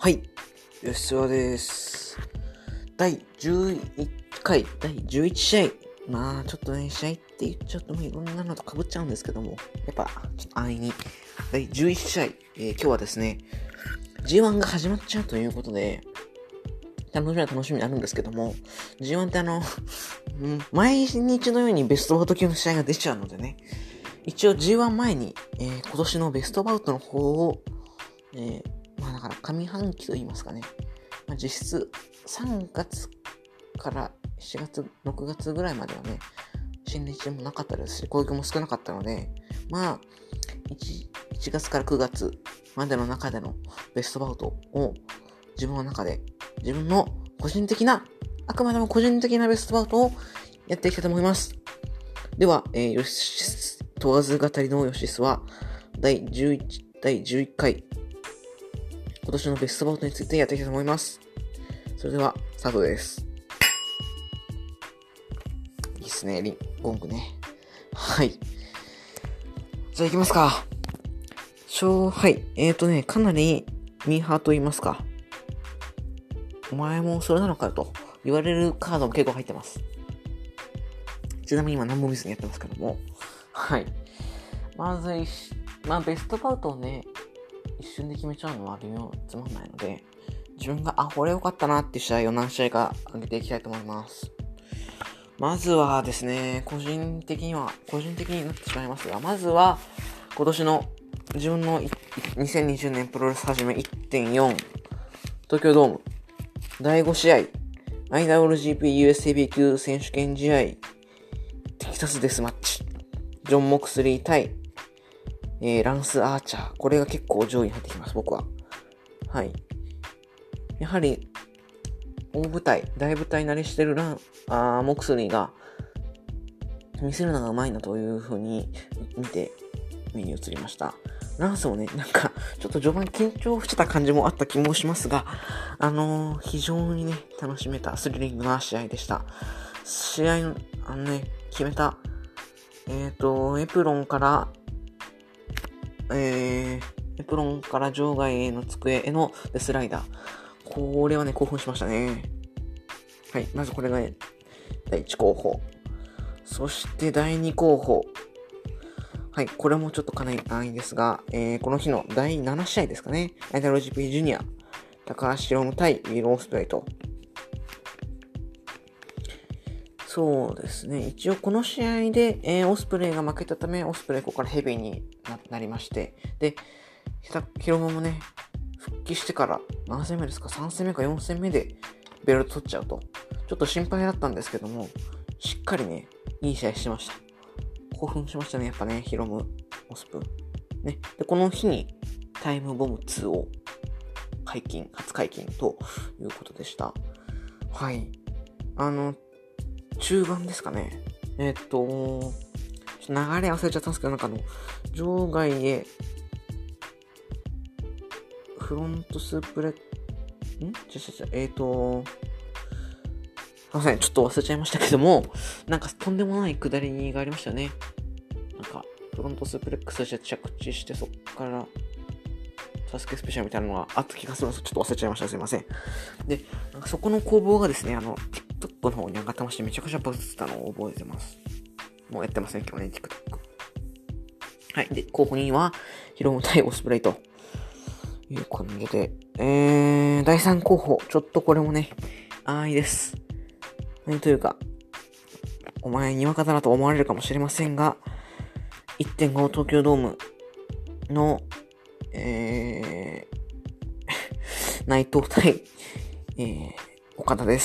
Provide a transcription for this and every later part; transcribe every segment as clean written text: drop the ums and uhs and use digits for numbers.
はい、吉沢です。第11回、第11試合。ちょっとね、試合って言っちゃうともういろんなのと被っちゃうんですけども、やっぱ、ちょっと安易に。第11試合、今日はですね、G1 が始まっちゃうということで、楽しみになるんですけども、G1 って毎日のようにベストバウト級の試合が出ちゃうのでね、一応 G1 前に、今年のベストバウトの方を、だから上半期と言いますかね。実質3月から7月、6月ぐらいまではね、新日もなかったですし、攻撃も少なかったので、1月から9月までの中でのベストバウトを自分の中で、自分のあくまでも個人的なベストバウトをやっていきたいと思います。では、問わず語りのヨシスは、第11回、今年のベストバウトについてやっていきたいと思います。それでは、スタートです。いいっすね、ゴングね。はい。じゃあ行きますか。はい。かなりミーハーと言いますか。お前もそれなのかよと言われるカードも結構入ってます。ちなみに今何も見ずにやってますけども。はい。まずベストバウトをね、一瞬で決めちゃうのは微妙つまんないので、自分がこれ良かったなっていう試合を何試合か上げていきたいと思います。まずはですね、個人的になってしまいますが、まずは今年の自分の2020年プロレス始め 1.4 東京ドーム第5試合 IWGP US AB 級選手権試合テキサスデスマッチジョン・モクスリー対ランス・アーチャー。これが結構上位に入ってきます、僕は。はい。やはり、大舞台慣れしてるモクスリーが、見せるのが上手いなという風に見て、目に映りました。ランスもね、ちょっと序盤緊張してた感じもあった気もしますが、非常にね、楽しめたスリリングな試合でした。試合、決めた、エプロンから場外への机へのスライダー。これはね、興奮しましたね。はい。まずこれが、第1候補。そして第2候補。はい。これもちょっとかなり安易ですが、この日の第7試合ですかね。IWGP ジュニア。高橋宏夢対ウィル・オスプレイと。そうですね。一応この試合で、オスプレイが負けたため、オスプレイここからヘビーになりまして。で、ヒロムもね、復帰してから何戦目ですか ?3 戦目か4戦目でベルト取っちゃうと。ちょっと心配だったんですけども、しっかりね、いい試合してました。興奮しましたね、やっぱね、ヒロム、オスプ。ね。で、この日にタイムボム2を初解禁ということでした。はい。中盤ですかね。流れ忘れちゃったんですけど、場外へ、フロントスープレすいません、ちょっと忘れちゃいましたけども、とんでもない下りがありましたよね。フロントスープレックスで着地して、そっから、サスケスペシャルみたいなのがあった気がするので、ちょっと忘れちゃいました。すいません。で、そこの攻防がですね、TikTok の方に上がってまして、めちゃくちゃバズってたのを覚えてます。もうやってますね、今日ね、TikTok。はい。で、候補2位は、ヒロム対オスプレイという感じで、第3候補、ちょっとこれもね、安易です。というか、お前にわかだなと思われるかもしれませんが、1.5 東京ドームの、内藤対、岡田です。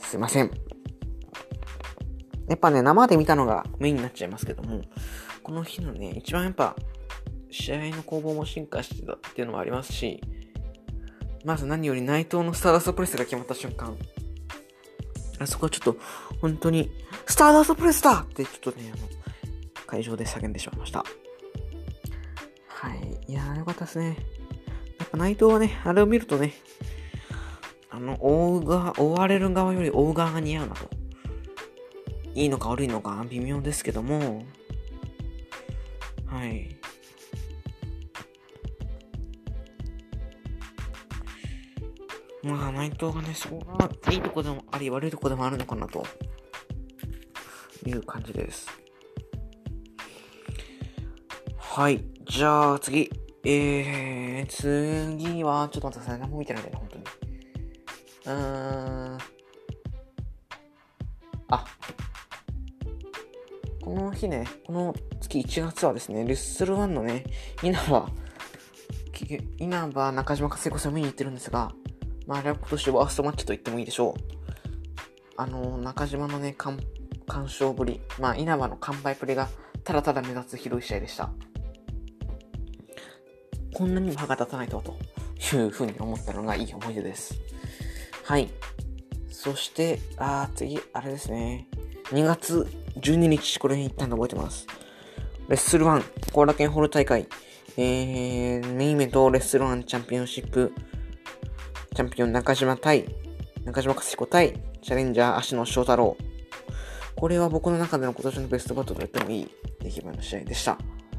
すいません。やっぱね、生で見たのがメインになっちゃいますけども、この日のね、一番やっぱ、試合の攻防も進化してたっていうのもありますし、まず何より内藤のスターダストプレスが決まった瞬間、あそこはちょっと、本当に、スターダストプレスだってちょっとね、会場で叫んでしまいました。はい。いやー、よかったですね。やっぱ内藤はね、あれを見るとね、追われる側より追う側が似合うなと。いいのか悪いのか微妙ですけども、はい。 内藤がね、そこがいいとこでもあり、悪いとこでもあるのかなという感じです。はい。じゃあ次。次は、ちょっと待ってください。何も見てないんだよね、本当に。この日ね、この月1月はですね、レッスル1のね、稲葉、中島勝彦さんを見に行ってるんですが、あれは今年ワーストマッチと言ってもいいでしょう。中島のね、完勝ぶり、稲葉の完敗ぶりがただただ目立つひどい試合でした。こんなにも歯が立たないとはというふうに思ったのがいい思い出です。はい。そして、次、あれですね。2月12日、これに行ったんで覚えてます。レッスル1、後楽園ホール大会。メインイベント、レッスル1チャンピオンシップ、チャンピオン中島勝彦対、チャレンジャー芦野翔太郎。これは僕の中での今年のベストバトルと言ってもいい出来栄えの試合でした。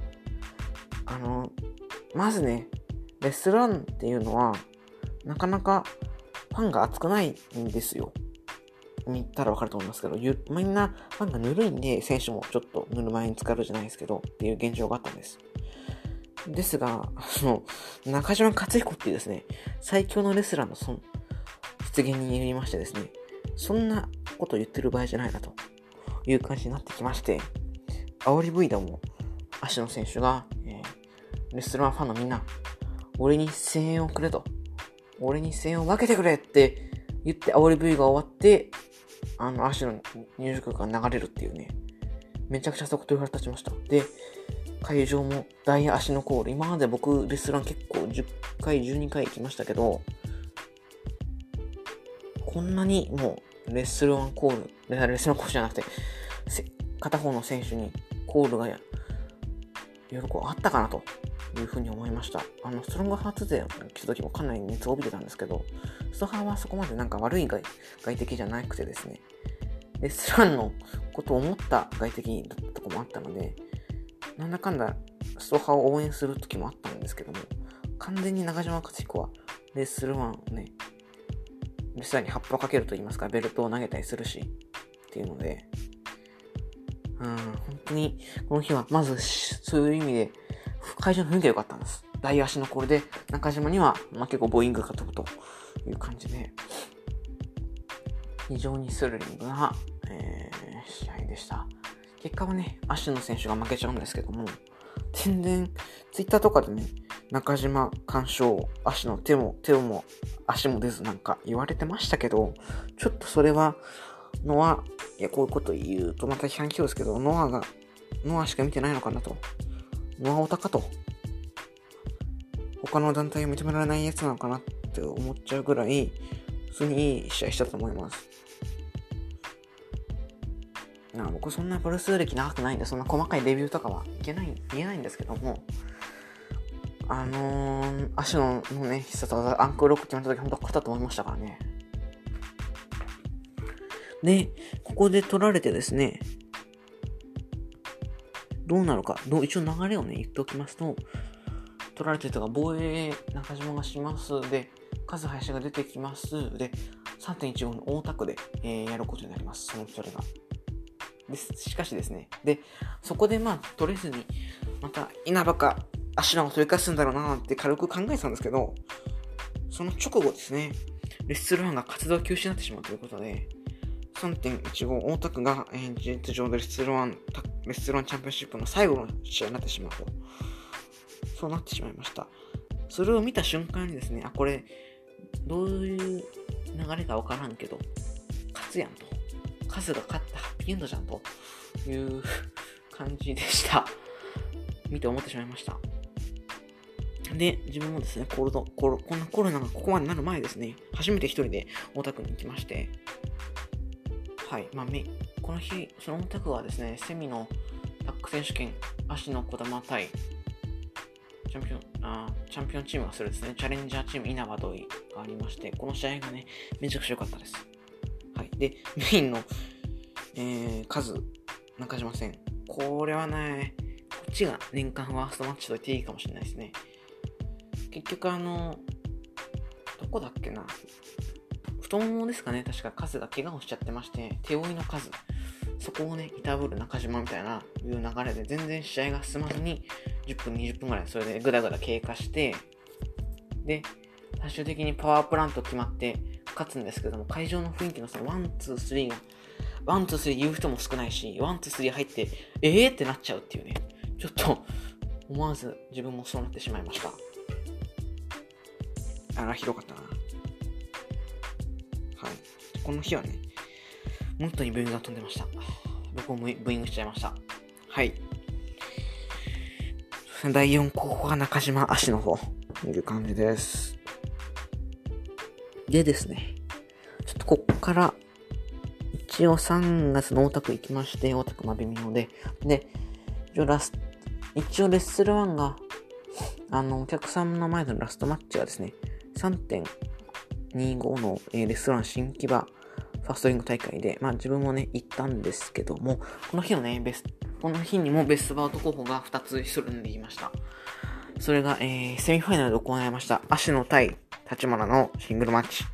まずね、レッスル1っていうのは、なかなかファンが熱くないんですよ。見たらわかると思いますけど、みんなファンがぬるいんで、選手もちょっとぬるま湯に浸かるじゃないですけど、っていう現状があったんです。ですが、中島勝彦っていうですね、最強のレスラーの出現によりましてですね、そんなこと言ってる場合じゃないなという感じになってきまして、煽り V でも、芦野選手が、レスラーファンのみんな、俺に声援をくれと、俺に声援を分けてくれって言って煽り V が終わって、芦野入場曲が流れるっていうね、めちゃくちゃそこ鳥肌立ちました。で、会場も大足のコール。今まで僕、レスラン結構10回、12回行きましたけど、こんなにもうレスランコール、レスランコールじゃなくて、片方の選手にコールがあったかなというふうに思いました。ストロングハーツ勢来た時もかなり熱を帯びてたんですけど、ストハーはそこまで悪い外敵じゃなくてですね、レスランのことを思った外敵だったところもあったので、なんだかんだストハーを応援する時もあったんですけども、完全に中島勝彦はレスル1をね、レスラーに葉っぱをかけると言いますか、ベルトを投げたりするしっていうので、本当にこの日はまずそういう意味で会場の雰囲気が良かったんです。大足のコールで中島には、結構ボーイングが飛ぶという感じで、非常にスリリングな、試合でした。結果はね、芦野選手が負けちゃうんですけども、全然ツイッターとかでね、中島干渉、芦野手も足も出ずなんか言われてましたけど、ちょっとそれはこういうこと言うとまた批判来そうですけど、ノアしか見てないのかなと。ノアオタかと。他の団体を認められないやつなのかなって思っちゃうぐらい、普通にいい試合したと思います。僕そんなプロレス歴長くないんで、そんな細かいレビューとかは言えないんですけども、足のね、必殺技、アンクルロック決まった時、本当勝ったと思いましたからね。で、ここで取られてですね、どうなるか、一応流れをね、言っておきますと、取られてる人が防衛中島がします。で、数林が出てきます。で、3.15 の大田区で、やることになります。それが。しかしですね、で、そこで取れずに、また稲葉か芦野を取り返すんだろうなって軽く考えてたんですけど、その直後ですね、レッスル1が活動休止になってしまうということで、3.15 大田区が、事実上でレッスル1チャンピオンシップの最後の試合になってしまうと。そうなってしまいました。それを見た瞬間にですね、これ、どういう流れかわからんけど、勝つやんと。カズが勝ったハッピーエンドじゃんという感じでした。見て思ってしまいました。で、自分もですね、こんなコロナがここまでなる前ですね、初めて一人で大田区に行きまして、はい、この日、その大田区はですね、セミのタッグ選手権、芦野小玉対チャンピオンチームがするですね、チャレンジャーチーム稲葉土井がありまして、この試合がね、めちゃくちゃ良かったです。はい。で、メインの、中島戦。これはね、こっちが年間ワーストマッチと言っていいかもしれないですね。結局どこだっけな、太ももですかね、確かカズが怪我をしちゃってまして、手負いのカズ、そこをね、いたぶる中島みたいないう流れで全然試合が進まずに、10分、20分ぐらいそれでグダグダ経過して、で、最終的にパワープラント決まって勝つんですけども、会場の雰囲気のその1、2、3が、1、2、3言う人も少ないし、1、2、3入って、ってなっちゃうっていうね、ちょっと思わず自分もそうなってしまいました。あら、ひどかったな。はい。この日はね、本当にブーイングが飛んでました。僕もブーイングしちゃいました。はい。第4候補が中島足の方という感じです。でですね、ちょっとこっから一応3月の大田区行きまして、大田区まびみので、一応レッスル1がお客さんの前でのラストマッチがですね、3.25 のレストラン新木場ファーストリング大会で、自分もね、行ったんですけども、この日にもベストバウト候補が2つひるんでいました。それが、セミファイナルで行われました、芦野対立花のシングルマッチ。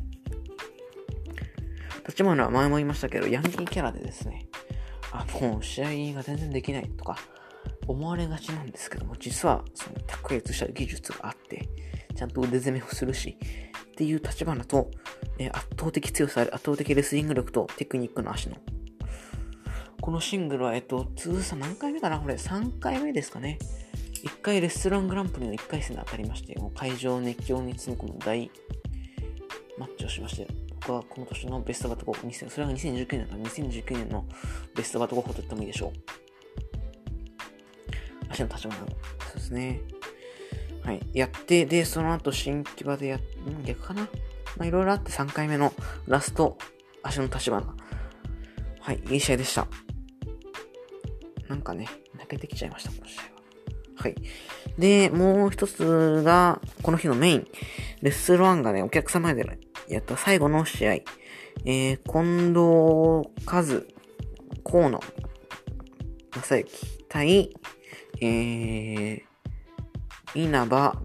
立花は前も言いましたけど、ヤンキーキャラでですね、もう試合が全然できないとか、思われがちなんですけども、実はその卓越した技術があって、ちゃんと腕攻めをするし、っていう立花と、圧倒的強さ、圧倒的レスリング力とテクニックの足の。このシングルは、通算何回目かなこれ3回目ですかね。1回レストラングランプリの1回戦で当たりまして、もう会場熱狂に包み込む大マッチをしまして、僕はこの年のベストバト候補、それが2019年だから2019年のベストバト候補と言ってもいいでしょう。足の立花。そうですね。はい。やって、で、その後新木場で逆かな。いろいろあって3回目のラスト、足の立花。はい。いい試合でした。なんかね、泣けてきちゃいました、この試合は。はい。で、もう一つが、この日のメイン。レッスル1がね、お客様でやった最後の試合。近藤和、河野正幸対、稲葉、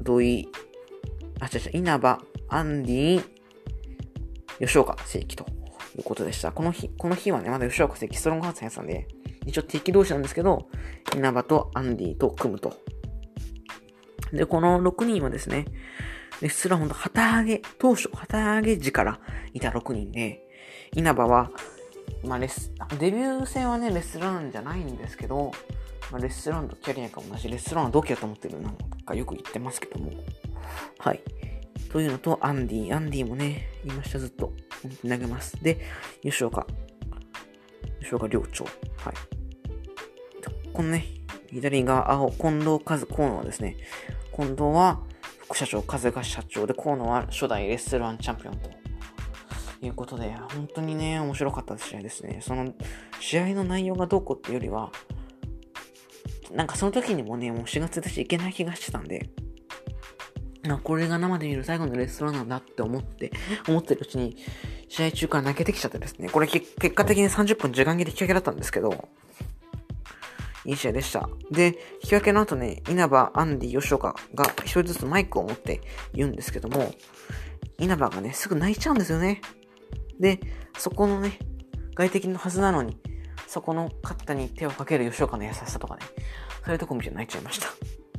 稲葉、アンディ、吉岡、正規ということでした。この日はね、まだ吉岡正規、ストロングハーツのやつなんで、一応敵同士なんですけど、稲葉とアンディと組むと。で、この6人はですね、レッスラーほんと当初、旗揚げ時からいた6人で、稲葉は、デビュー戦はね、レッスラーなんじゃないんですけど、レッスラーとキャリアが同じ、レッスラーは同期だと思ってるなんかよく言ってますけども。はい。というのと、アンディもね、言いました、ずっと。投げます。で、吉岡寮長。はい。このね、左が近藤和、河野はですね、近藤は副社長、風が社長で、河野は初代レッスル1チャンピオンということで、本当にね、面白かった試合ですね。その、試合の内容がどうこうっていうよりは、なんかその時にもね、もう4月だしいけない気がしてたんで、これが生で見る最後のレストランなんだって思ってるうちに、試合中から泣けてきちゃってですね、これ結果的に30分時間切れ引き分けだったんですけど、いい試合でした。で、引き分けの後ね、稲葉、アンディ、吉岡が一人ずつマイクを持って言うんですけども、稲葉がね、すぐ泣いちゃうんですよね。で、そこのね、外敵のはずなのに、そこのカッタに手をかける吉岡の優しさとかね、そういうとこ見て泣いちゃいました。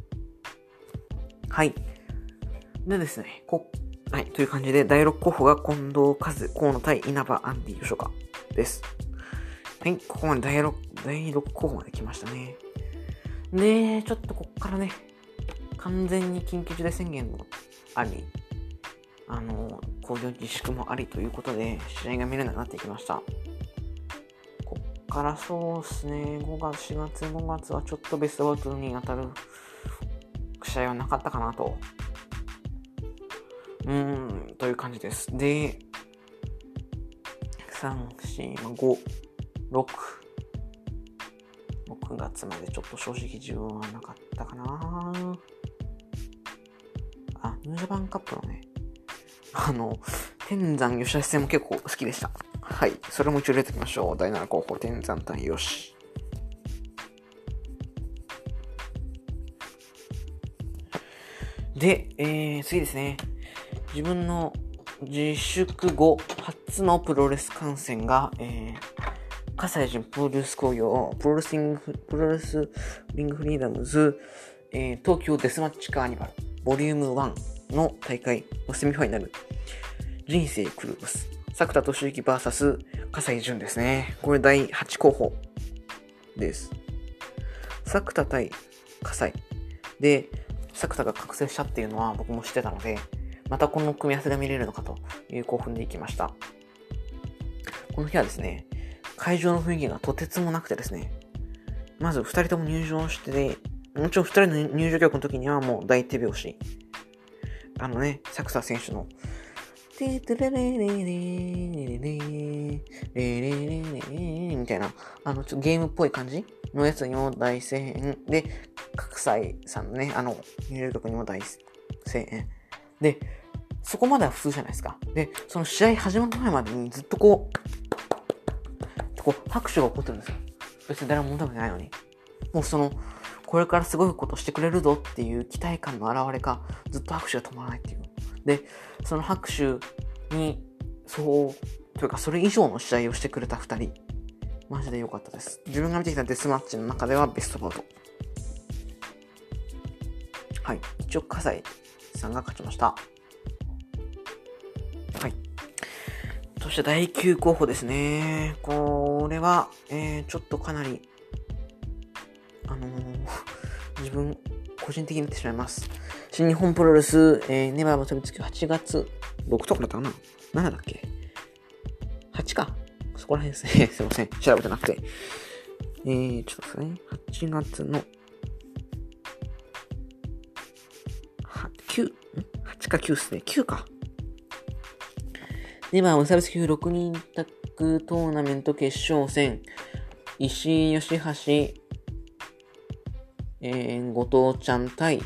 はい。でですね、はい、という感じで、第6候補が近藤和、河野対稲葉、アンディ、吉岡です。はい、ここまで第6候補まで来ましたね。で、ちょっとこっからね、完全に緊急事態宣言もあり、工業自粛もありということで、試合が見れなくなってきました。こっからそうですね、4月、5月はちょっとベストバウトに当たる試合はなかったかなと。という感じです。で、3、4、5、6月までちょっと正直自分はなかったかな。ニュージャパンカップのね、天山吉橋戦も結構好きでした。はい。それも一応入れておきましょう。第7候補、天山対吉。で、次ですね。 自分の自粛後初のプロレス観戦が、葛西プロレス工業プロレスリングフリーダムズ、東京デスマッチカーニバルボリューム1の大会のセミファイナル、人生クルース作田俊之 VS 葛西潤ですね。これ第8候補です。作田対葛西で、作田が覚醒したっていうのは僕も知ってたので、またこの組み合わせが見れるのかという興奮で行きました。この日はですね、会場の雰囲気がとてつもなくてですね、まず2人とも入場して、もちろん2人の入場曲の時にはもう大手拍子。作田選手のみたいな、ちょっとゲームっぽい感じのやつにも大声援で、葛西さんのね、入場曲にも大声援で、そこまでは普通じゃないですか。で、その試合始まる前までにずっとこう拍手が起こってるんですよ。別に誰も求めてないのに。もうこれからすごいことしてくれるぞっていう期待感の表れか、ずっと拍手が止まらないっていう。で、その拍手に、というかそれ以上の試合をしてくれた2人。マジで良かったです。自分が見てきたデスマッチの中ではベストバウト。はい。一応、葛西さんが勝ちました。はい。そして第9候補ですね。これは、ちょっとかなり、自分、個人的に言ってしまいます。新日本プロレス、ネバー結びつき8月6とかだったかな ?7 だっけ ?8 か。そこら辺ですね。すいません。調べてなくて。ちょっとですね。8月の、8か9ですね。9か。ネバー無差別級6人タッグトーナメント決勝戦。石井義橋、後藤ちゃん対、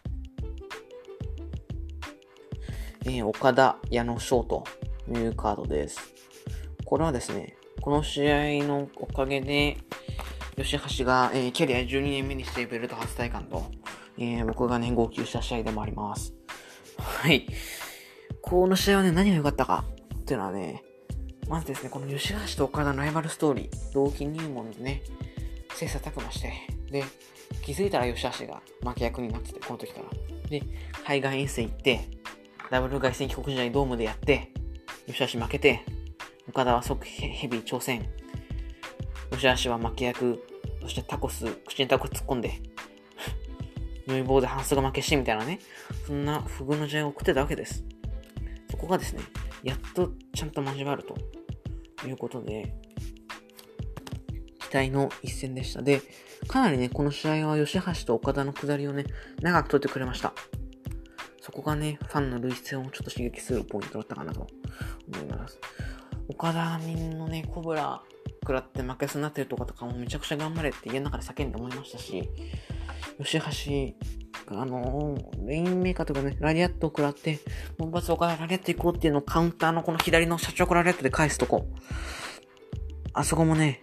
岡田矢野翔というカードです。これはですね、この試合のおかげで、吉橋が、キャリア12年目にしてベルト初体感と、僕がね、号泣した試合でもあります。はい。この試合はね、何が良かったかっていうのはね、まずですね、この吉橋と岡田のライバルストーリー、同期入門でね、切磋琢磨して、で、気づいたら吉橋が負け役になってて、この時から。で、海外遠征行って、ダブル凱旋帰国時代ドームでやって、吉橋負けて、岡田は即ヘビー挑戦。吉橋は負け役、そして口にタコ突っ込んで、如意棒で反則負けしてみたいなね、そんな不遇の時代を送ってたわけです。そこがですね、やっとちゃんと交わるということで、期待の一戦でした。で、かなりね、この試合は吉橋と岡田の下りをね、長く取ってくれました。そこがね、ファンの類線をちょっと刺激するポイントだったかなと思います。岡田のね、コブラ食らって負けそうになってるとかもめちゃくちゃ頑張れって家の中で叫んで思いましたし、吉橋がレインメーカーとかね、ラリアットを食らって、もうバツ岡田ラリアット行こうっていうのをカウンターのこの左の社長ラリアットで返すとこ。あそこもね、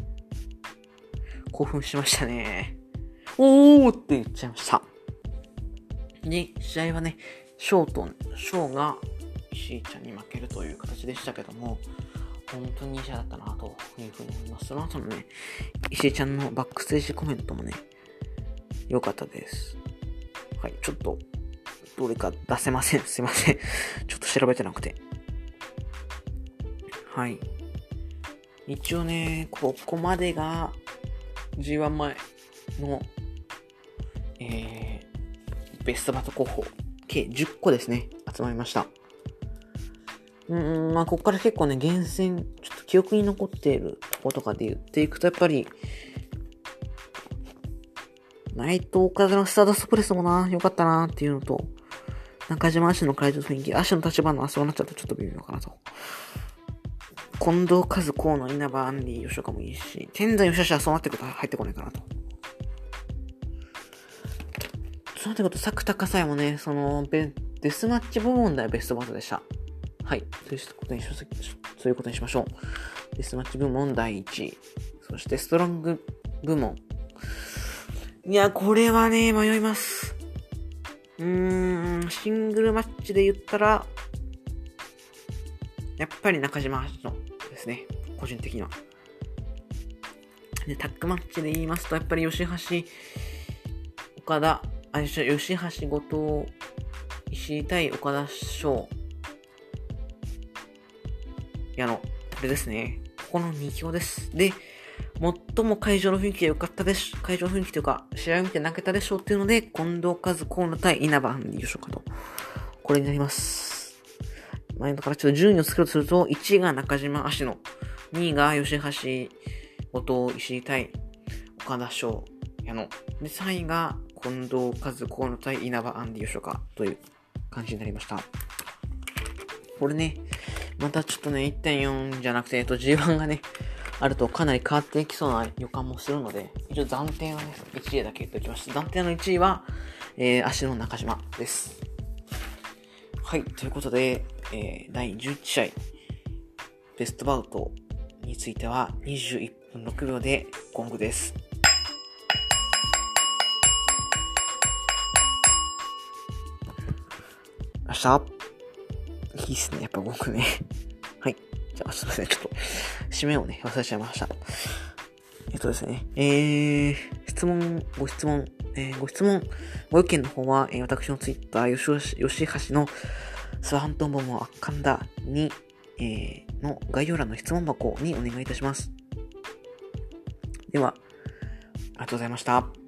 興奮しましたね。おーって言っちゃいました。で、試合はね、ショーが石井ちゃんに負けるという形でしたけども、本当にいい試合だったなというふうに思います。その後のね、石井ちゃんのバックステージコメントもね、良かったです。はい、ちょっと、どれか出せません。すいません。ちょっと調べてなくて。はい。一応ね、ここまでが G1 前の、ベストバト候補、計10個ですね、集まりました。まあ、ここから結構ね、厳選、ちょっと記憶に残っているとことかで言っていくと、やっぱり、内藤岡田のスターダストプレスもな、良かったなっていうのと、中島足の会場雰囲気、足の立場のあそうなっちゃうとちょっと微妙かなと。近藤和子の稲葉アンディ吉岡もいいし、天山吉橋はそうなってくると入ってこないかなと。そうなってくると、作田葛西もね、デスマッチ部門ではベストバトでした。はい。そういうことにしましょう。デスマッチ部門第1位。そしてストロング部門。いや、これはね、迷います。 シングルマッチで言ったら、やっぱり中島橋野ですね。個人的には。で、タッグマッチで言いますと、やっぱり吉橋、吉橋、後藤、石井対岡田翔、矢野、これですね。ここの2強です。で、最も会場の雰囲気が良かったでしょ、会場の雰囲気というか、試合を見て泣けたでしょうっていうので、近藤和河野対稲葉アンディ優勝かと。これになります。だからちょっと順位をつけるとすると、1位が中島芦野、2位が吉橋、後藤、石井対岡田翔、矢野。で、3位が近藤和河野対稲葉アンディ優勝かという感じになりました。これね、またちょっとね、1.4 じゃなくて、G1 がね、あるとかなり変わっていきそうな予感もするので、一応暫定のね、1位だけ言っておきました。暫定の1位は、芦野中島です。はい、ということで、第11試合、ベストバウトについては21分6秒でゴングです。明日いいっすね、やっぱゴングね。はい。じゃあ、すいません。ちょっと、締めをね、忘れちゃいました。ですね。ご質問、ご意見の方は、私のツイッター、吉橋のスワハントンボム圧巻だに、の概要欄の質問箱にお願いいたします。では、ありがとうございました。